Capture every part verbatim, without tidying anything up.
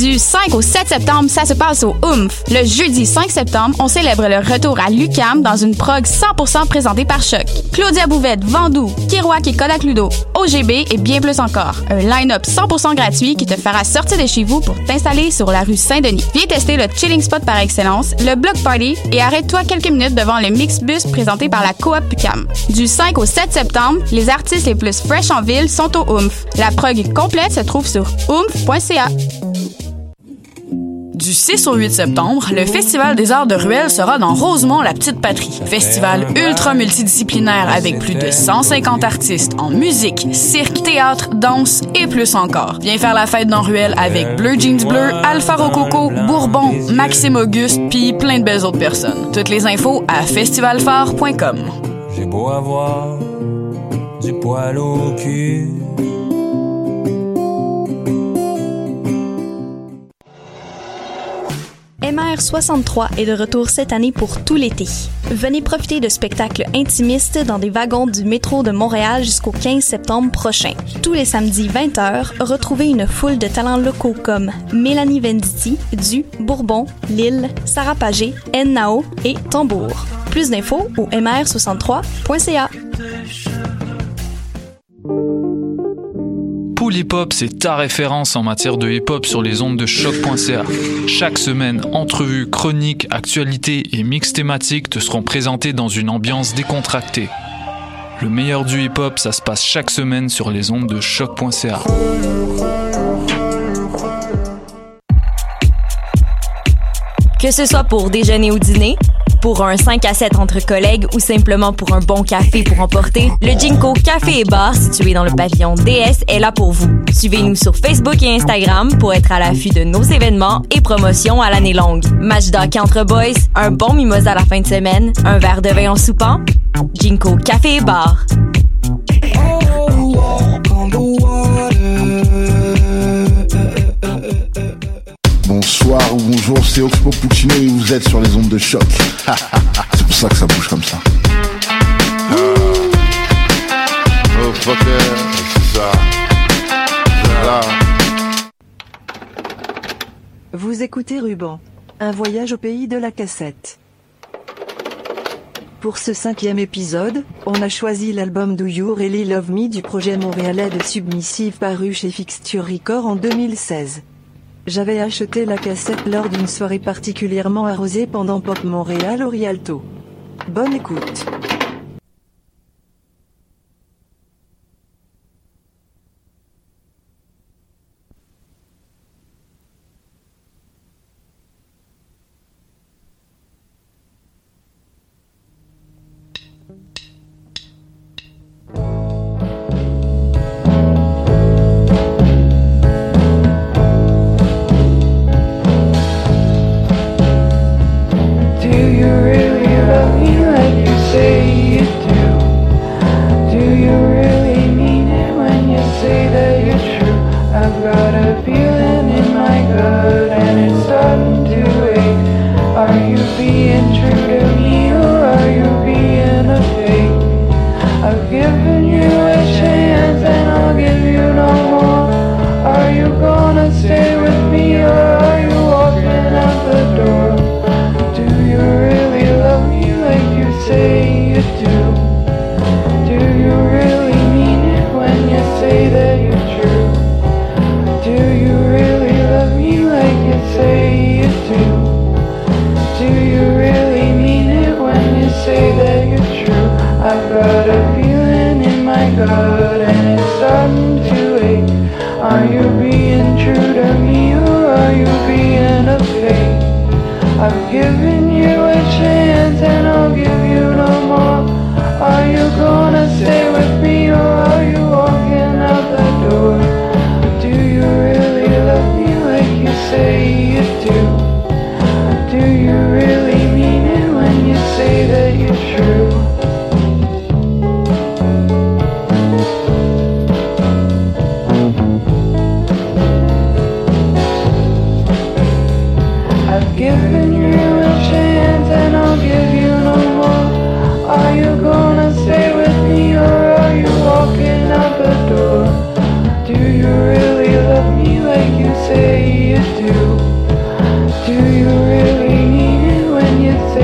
Du cinq au sept septembre, ça se passe au Oomph. Le jeudi cinq septembre, on célèbre le retour à l'U Q A M dans une prog cent pour cent présentée par Choc. Claudia Bouvette, Vandou, Kerouac et Kodak Ludo, O G B et bien plus encore. Un line-up cent pour cent gratuit qui te fera sortir de chez vous pour t'installer sur la rue Saint-Denis. Viens tester le chilling spot par excellence, le Block Party, et arrête-toi quelques minutes devant le Mixbus présenté par la Coop U Q A M. Du cinq au sept septembre, les artistes les plus fresh en ville sont au Oomph. La prog complète se trouve sur oomph point c a. Du six au huit septembre, le Festival des Arts de Ruelle sera dans Rosemont, la petite patrie. Festival ultra multidisciplinaire avec plus de cent cinquante artistes en musique, cirque, théâtre, danse et plus encore. Viens faire la fête dans Ruelle avec Bleu Jeans Bleu, Alpha Rococo, Bourbon, Maxime Auguste, puis plein de belles autres personnes. Toutes les infos à festivalphare point com. J'ai beau avoir du poil au cul. M R soixante-trois est de retour cette année pour tout l'été. Venez profiter de spectacles intimistes dans des wagons du métro de Montréal jusqu'au quinze septembre prochain. Tous les samedis vingt heures, retrouvez une foule de talents locaux comme Mélanie Venditti, Du, Bourbon, Lille, Sarah Pagé, N-Nao et Tambour. Plus d'infos au m r soixante-trois point c a. Pool Hip Hop, c'est ta référence en matière de hip-hop sur les ondes de choc point c a. Chaque semaine, entrevues, chroniques, actualités et mix thématiques te seront présentés dans une ambiance décontractée. Le meilleur du hip-hop, ça se passe chaque semaine sur les ondes de choc point c a. Que ce soit pour déjeuner ou dîner, pour un cinq à sept entre collègues ou simplement pour un bon café pour emporter, le Jinko Café et Bar situé dans le pavillon D S est là pour vous. Suivez-nous sur Facebook et Instagram pour être à l'affût de nos événements et promotions à l'année longue. Match d'hockey entre boys, un bon mimosa à la fin de semaine, un verre de vin en soupant. Jinko Café et Bar. Bonsoir ou bonjour, c'est Oxpo Puccino et vous êtes sur les ondes de choc. C'est pour ça que ça bouge comme ça. Uh, oh fucker, c'est ça. Là. Vous écoutez Ruban, un voyage au pays de la cassette. Pour ce cinquième épisode, on a choisi l'album Do You Really Love Me du projet montréalais de Submissive paru chez Fixture Records en deux mille seize. J'avais acheté la cassette lors d'une soirée particulièrement arrosée pendant Pop Montréal au Rialto. Bonne écoute. Stay with me, or are you walking out the door? Do you really love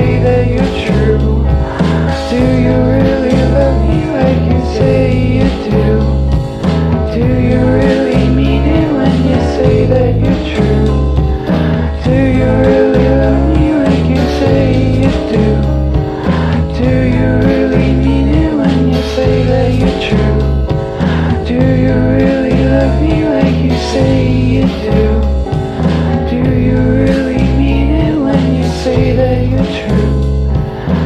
say that you're true? Do you really love me like you say you do? Do you really mean it when you say that you're true? Do you really love me like you say you do? Do you really mean it when you say that you're true? Do you really love me like you say you do? Do you really mean it when you say that you're true?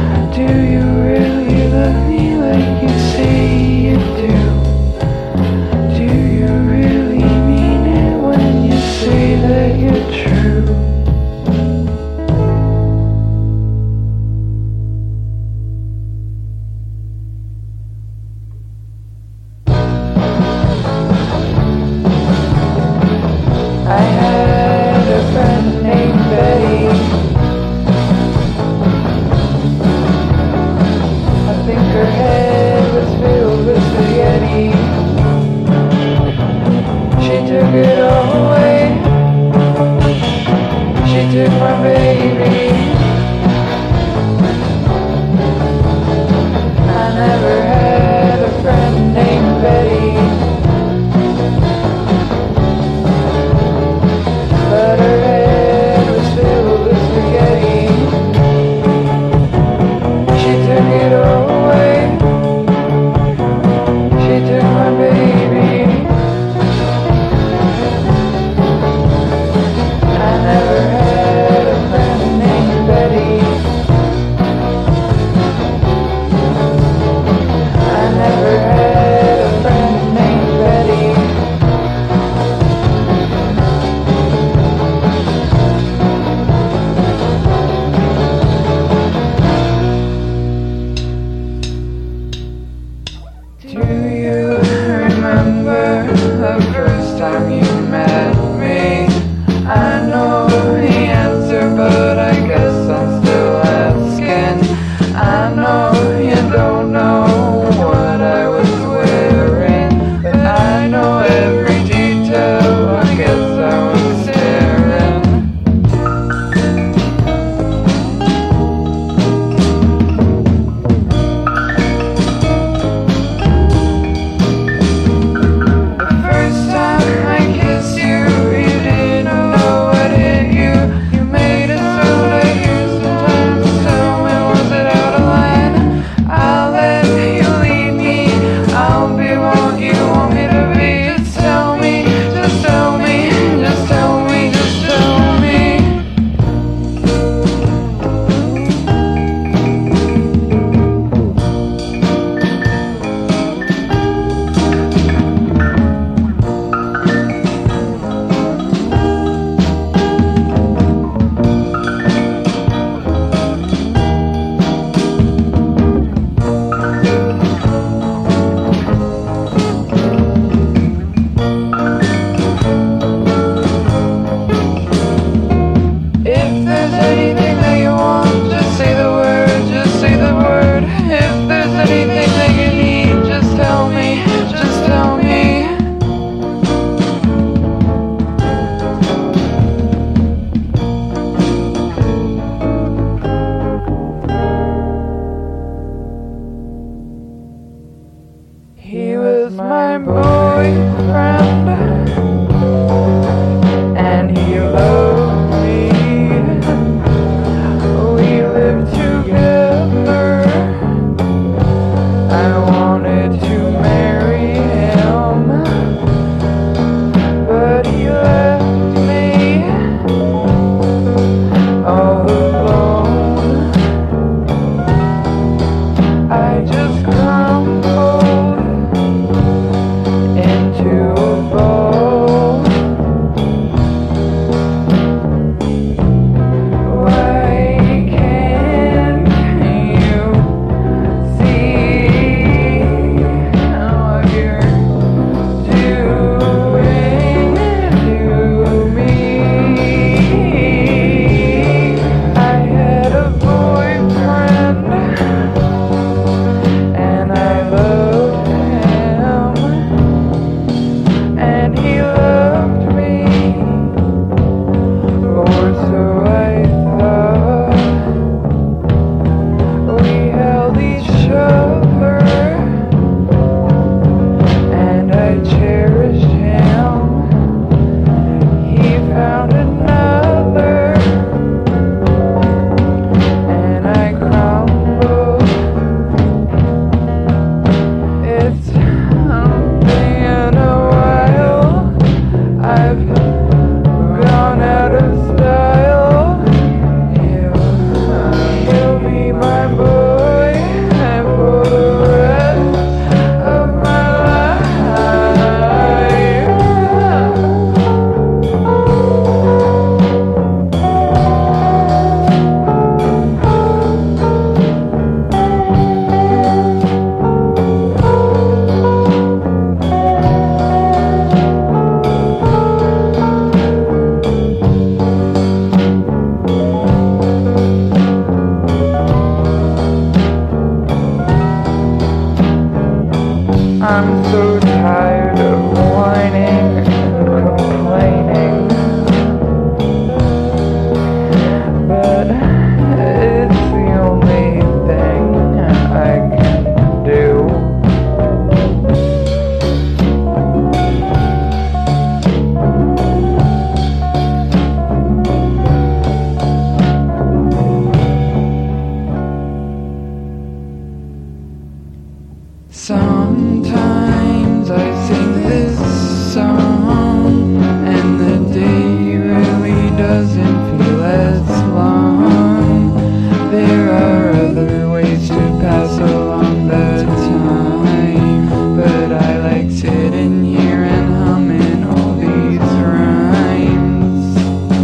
Sometimes I sing this song and the day really doesn't feel as long. There are other ways to pass along the time, but I like sitting here and humming all these rhymes.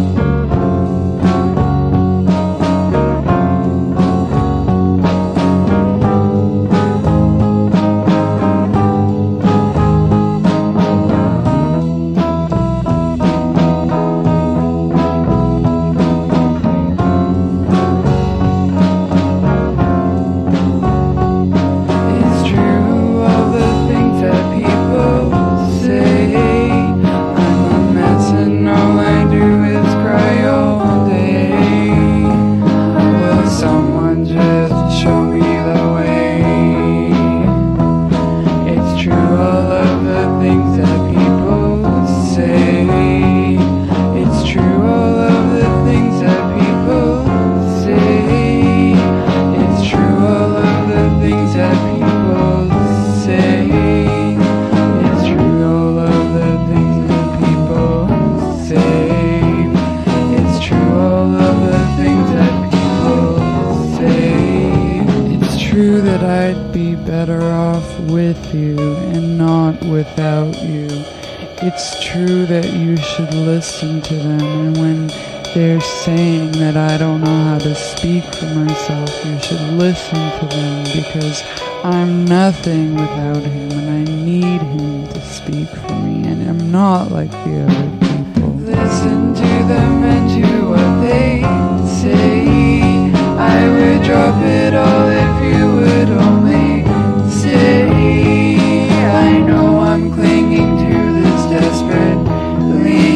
It's true that you should listen to them, and when they're saying that I don't know how to speak for myself, you should listen to them, because I'm nothing without him and I need him to speak for me, and I'm not like the other people. Listen to them and to what they say. I would drop it all if you would only say. I know I'm clinging to desperately.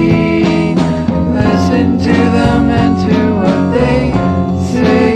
Listen to them and to what they say.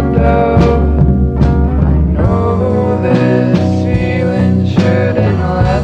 Feeling shouldn't last.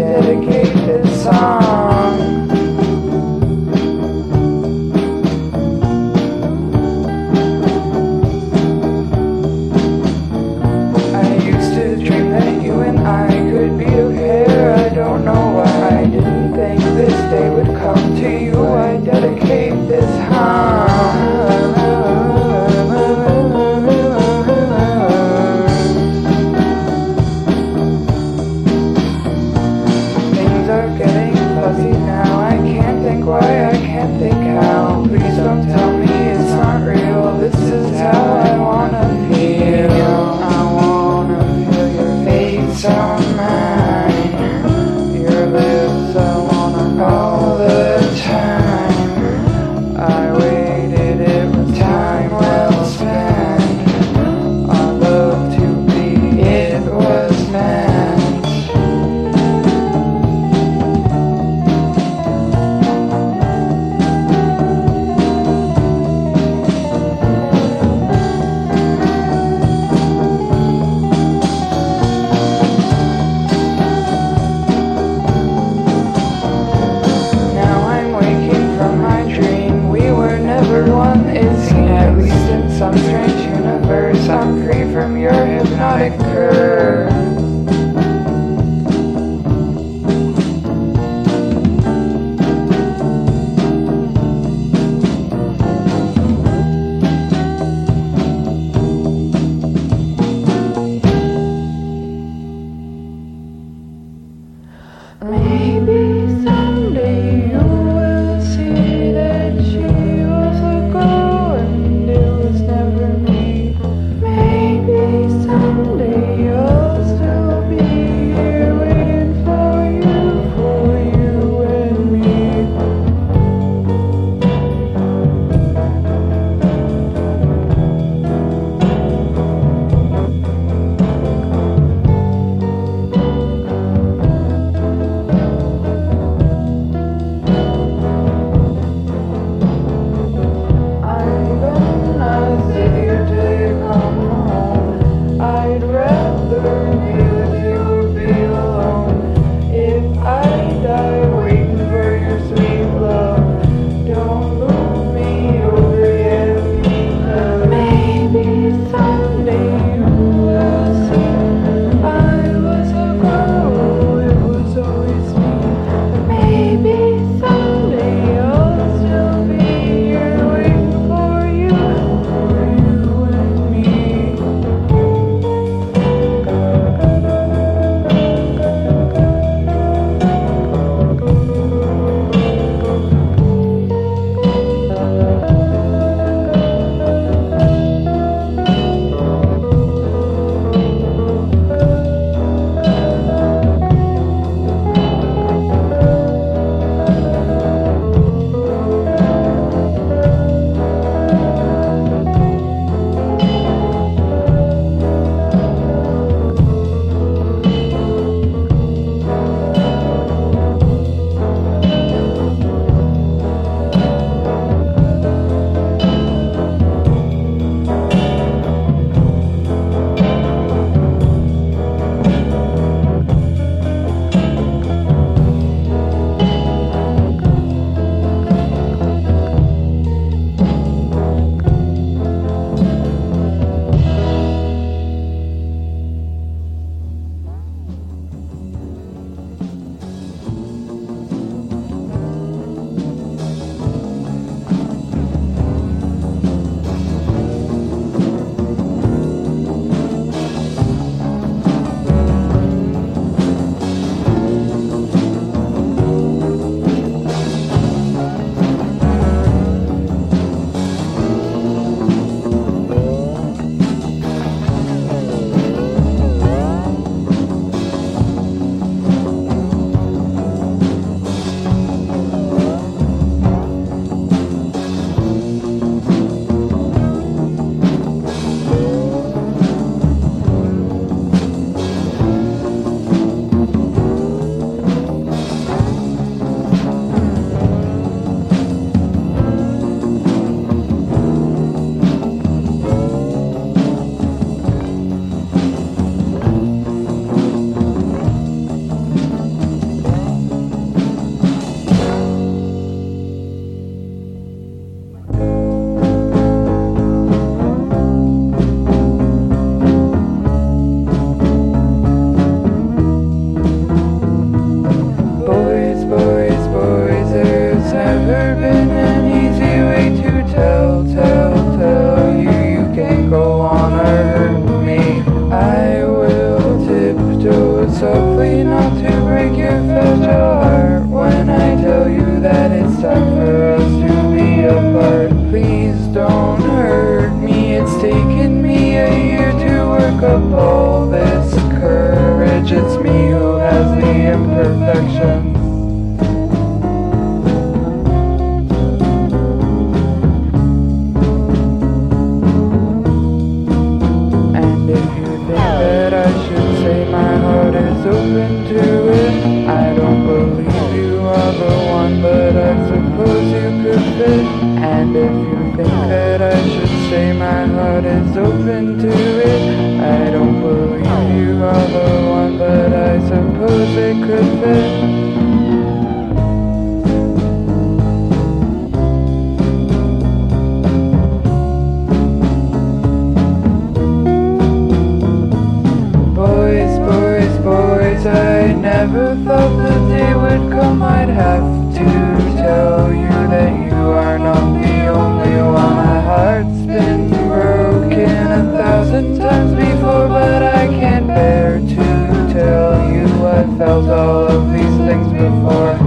dedicate this song. I used to dream that you and I could be a pair. I don't know why I didn't think this day would come to you. I dedicate this hum. Things are getting fuzzy now. I can't think why, I can't think how. Please don't tell me it's not real. This is how I wanna feel. I wanna feel your face on mine, your lips, I wanna all the time. I waited, it was time well spent. Our love to be, it was meant. Now I'm waking from my dream. We were never one, it seemed, at least in some strange universe. I'm free from your hypnotic curve. Maybe someday you will see that she was a girl and it was never me. Maybe someday you'll still be here waiting for you, for you and me. it could fit. I never thought the day would come I'd have to tell you that you are not the only one. My heart's been broken a thousand times before, but I can't bear to tell you I felt all of these things before.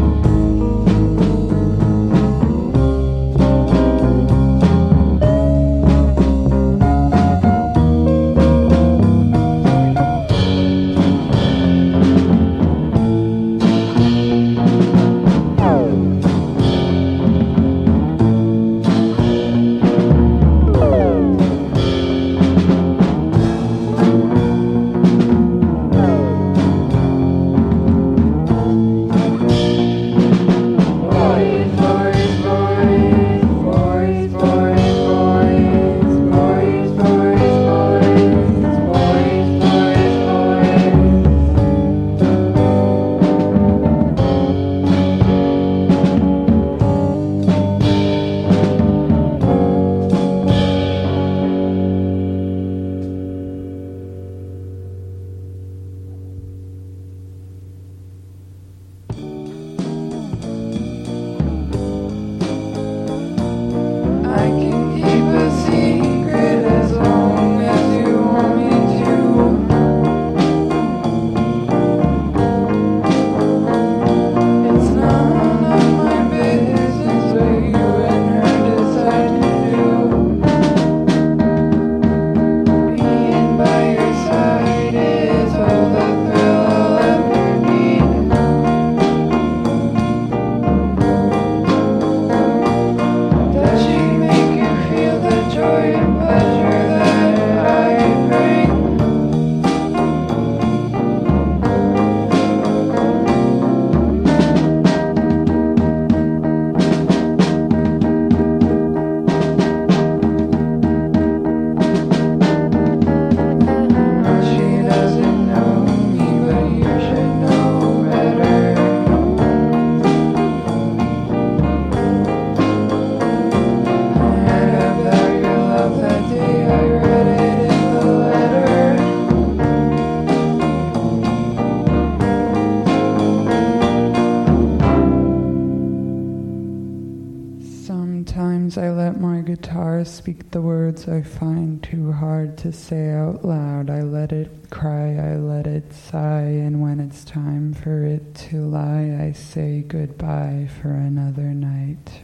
Speak the words I find too hard to say out loud. I let it cry, I let it sigh, and when it's time for it to lie, I say goodbye for another night.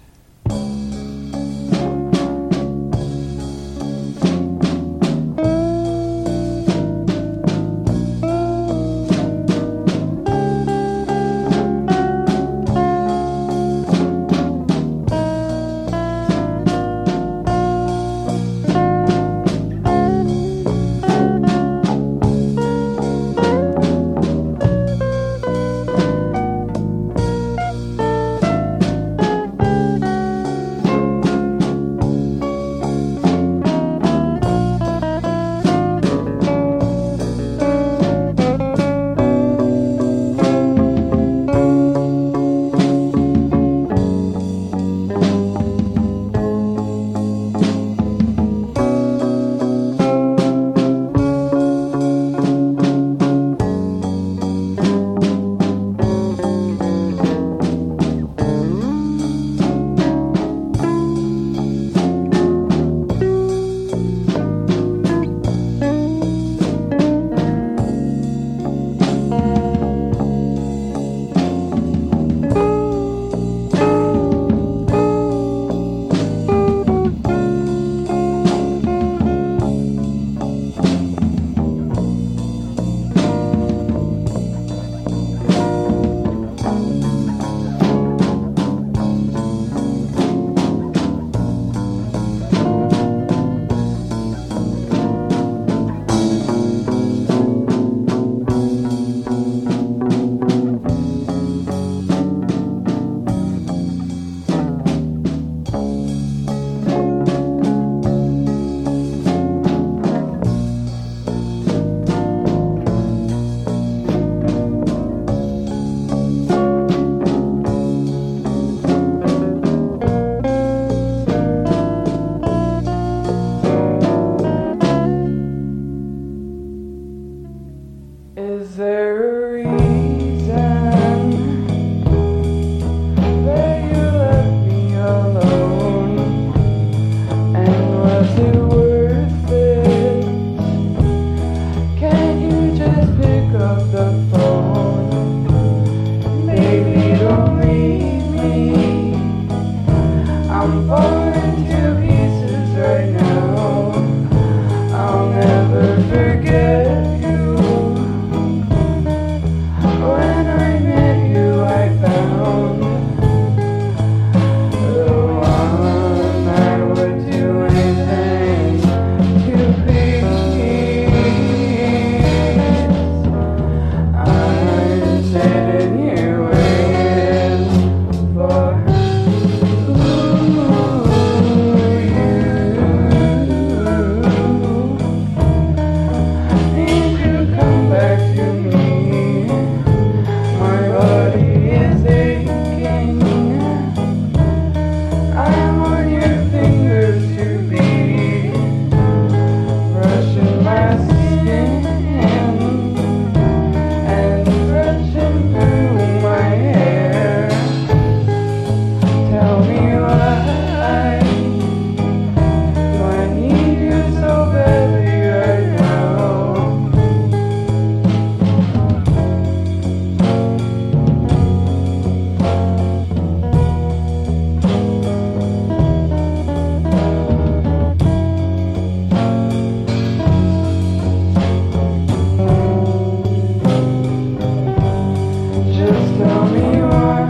Just tell me why.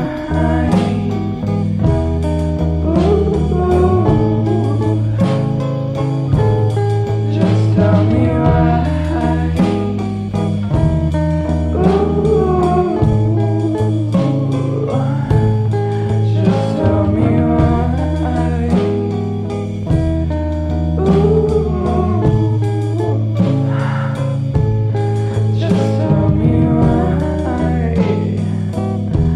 Just tell me why. Just tell me why. Just tell me why.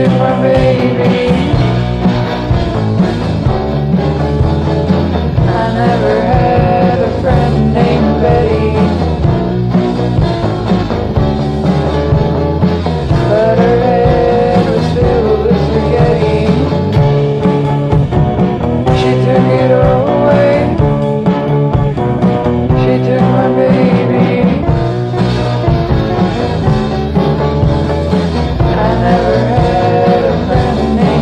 took my baby. I never had a friend named Betty, but her head was filled with spaghetti. She took it away. She took my baby. I never had a friend named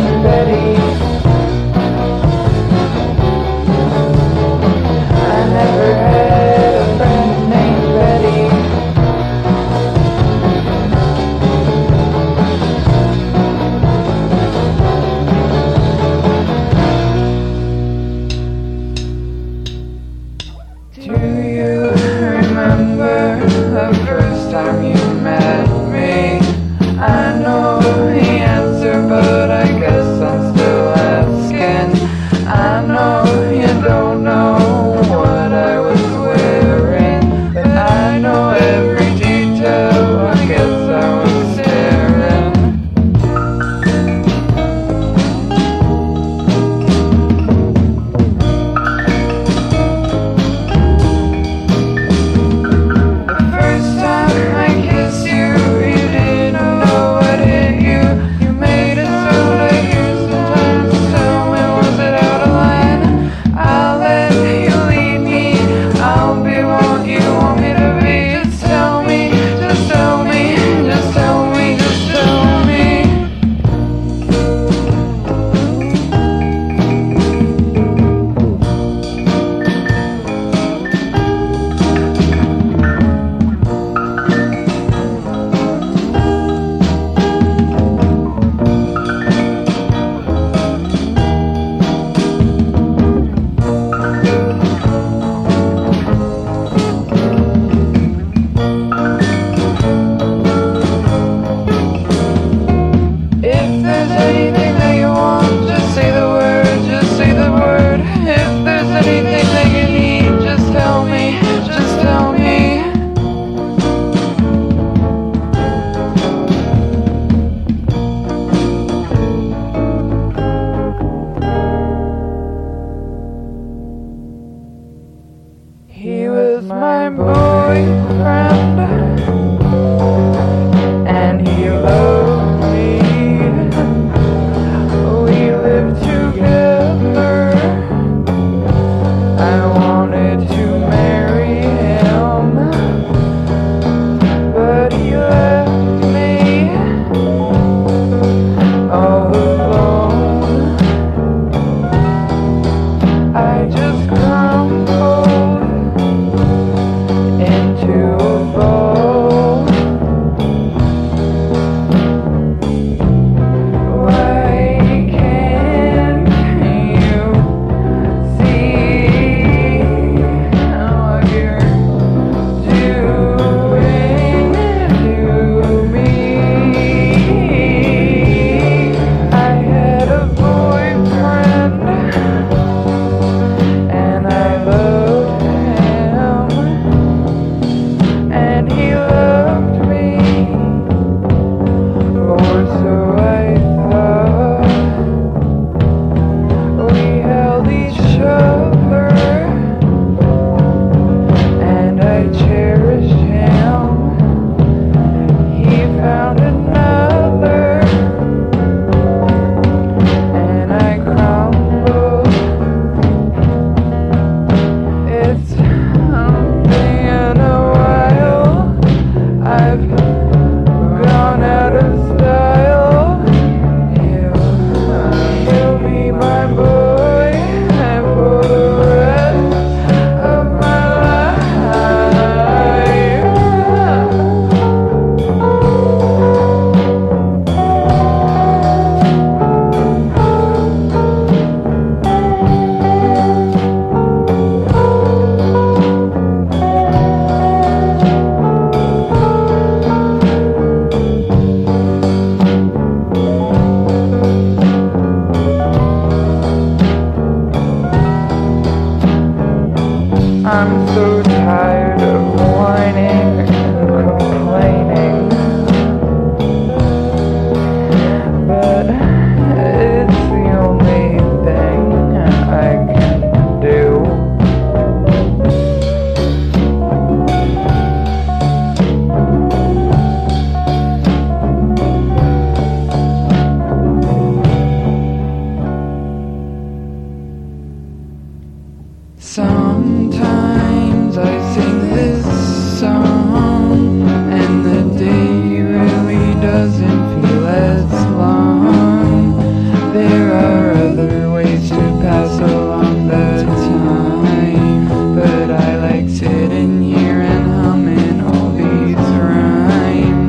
doesn't feel as long. There are other ways to pass along the time, but I like sitting here and humming all these rhymes.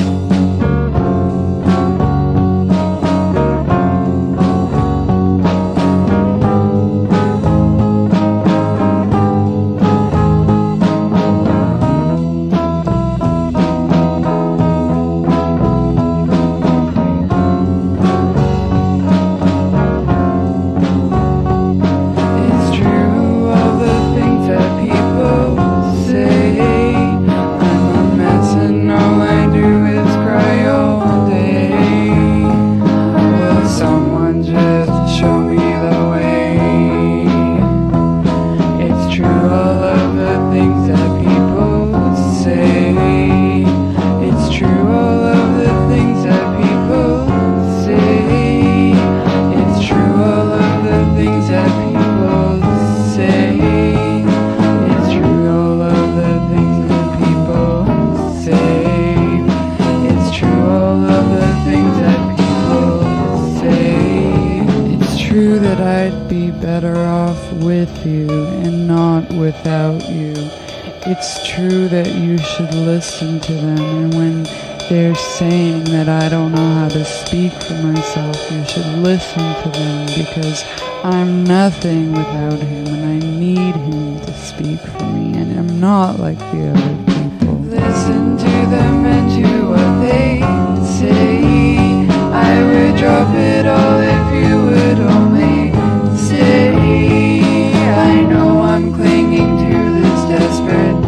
It's true that you should listen to them, and when they're saying that I don't know how to speak for myself, you should listen to them, because I'm nothing without him and I need him to speak for me, and I'm not like the other people. Listen to them and to what they say. I would drop it all if you would only say. I know I'm clinging to this desperately.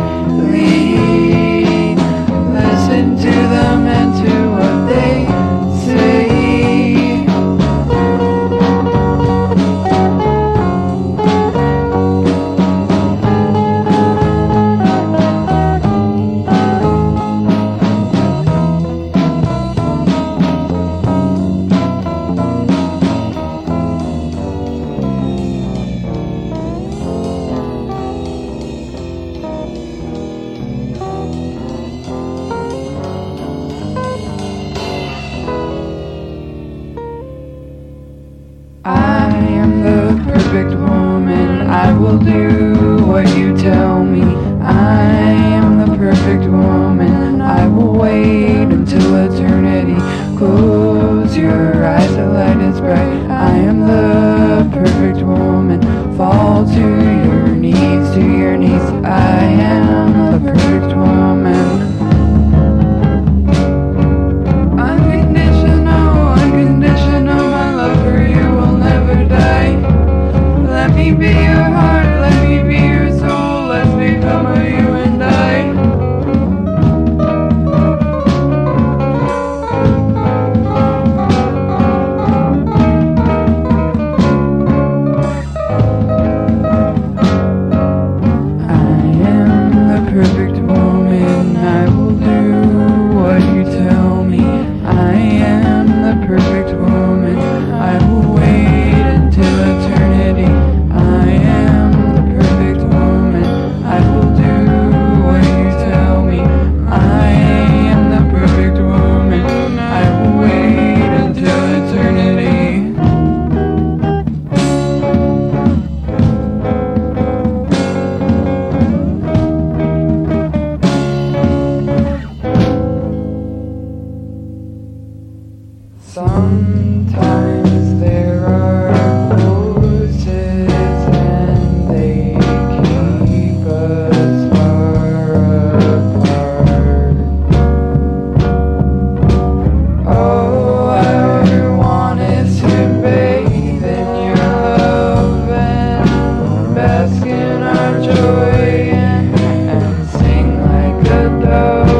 Listen to them and to what they say.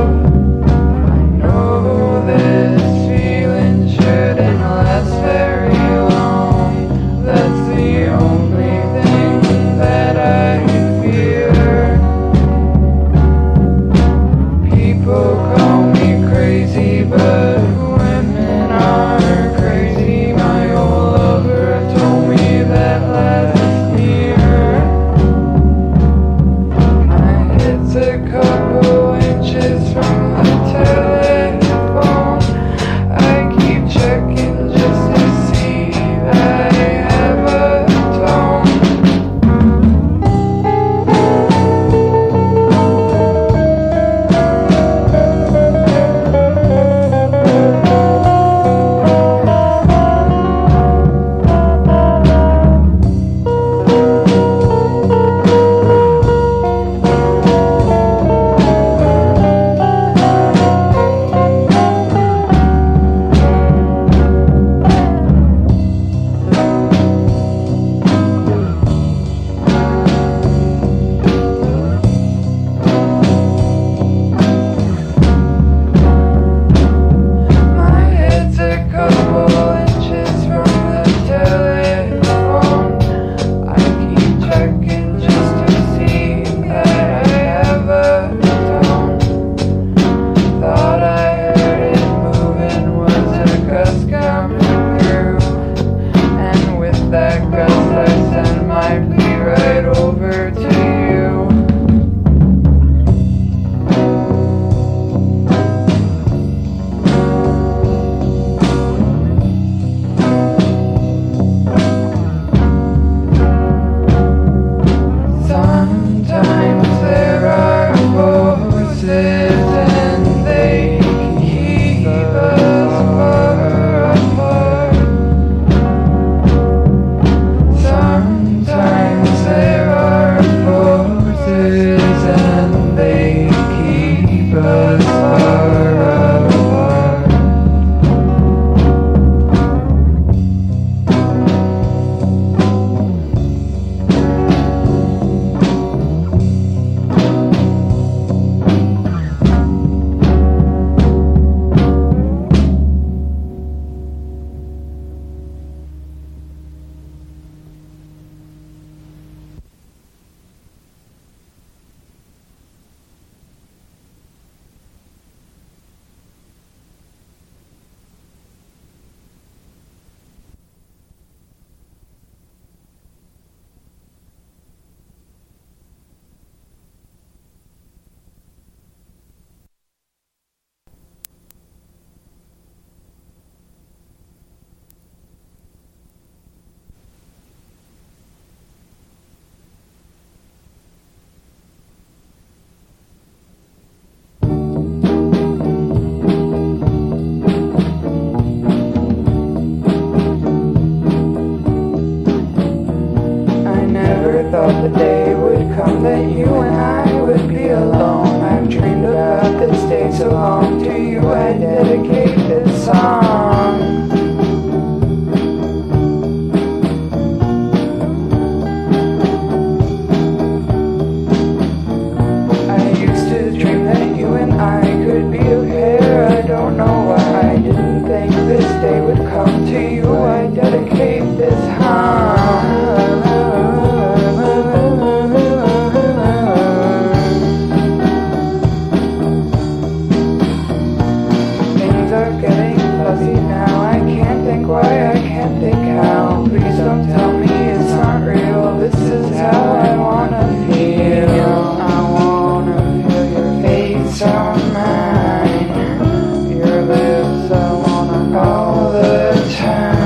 Very song. I used to dream that you and I could be a pair. I don't know why I didn't think this day would come. To you I dedicate this Things are getting fuzzy now. I can't think why, I can't think how. Please don't tell me it's not real. This is how I wanna feel. I wanna feel your face on mine, your lips I wanna all the time.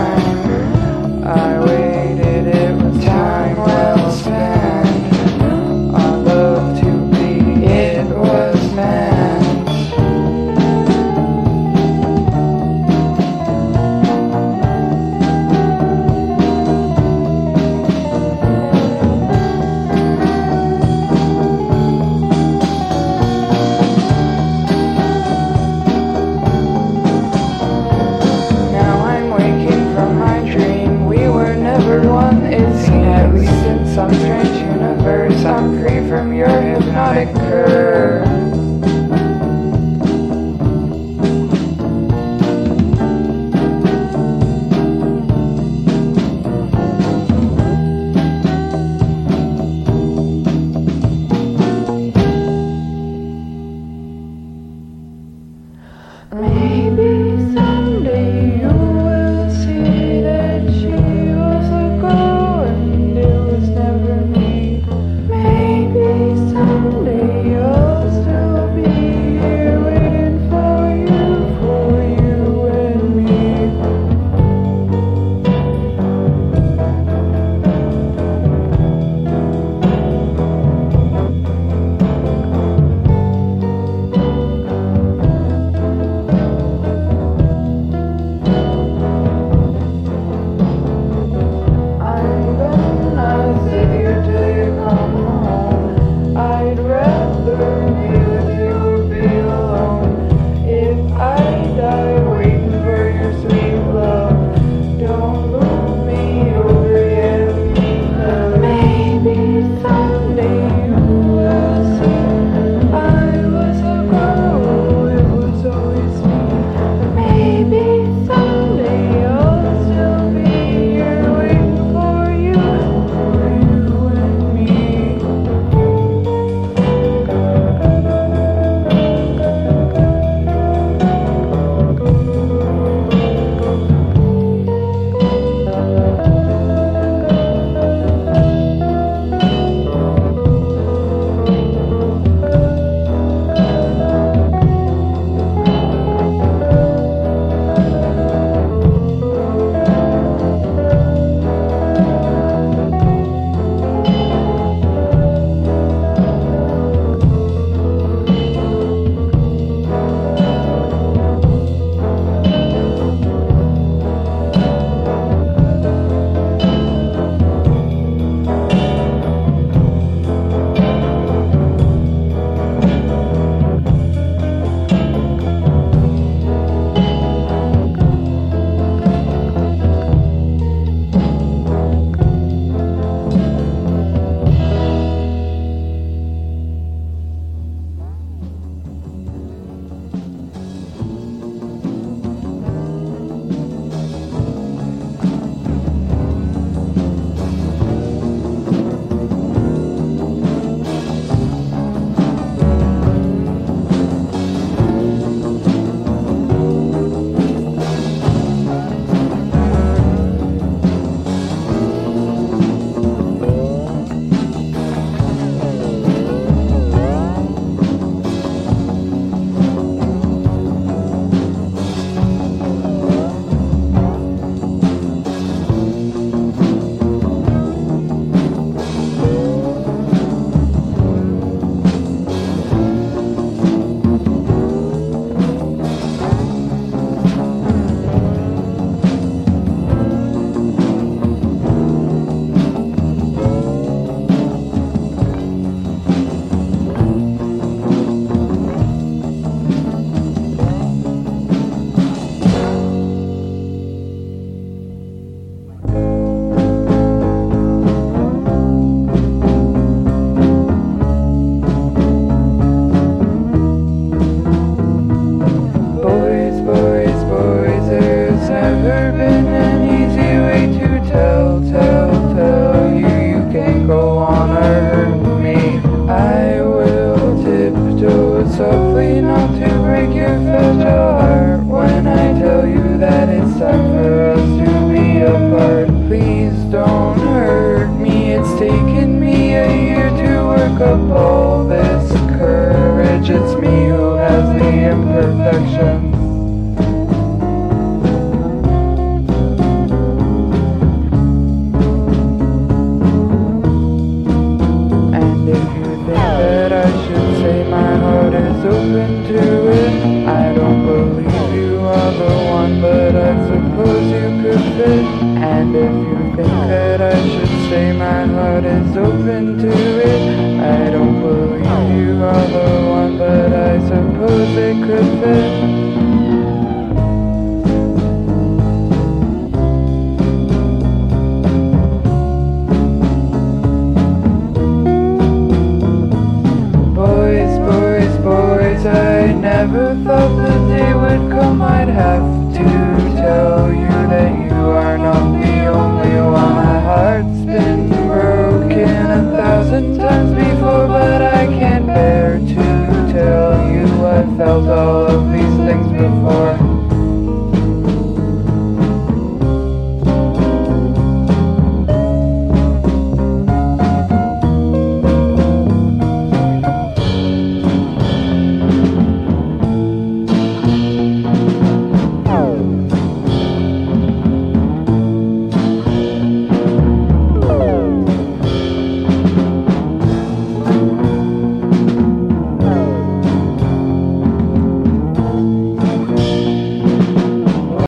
one, but I suppose you could fit. And if you think that I should say my heart is open to it, I don't believe you are the one, but I suppose it could fit.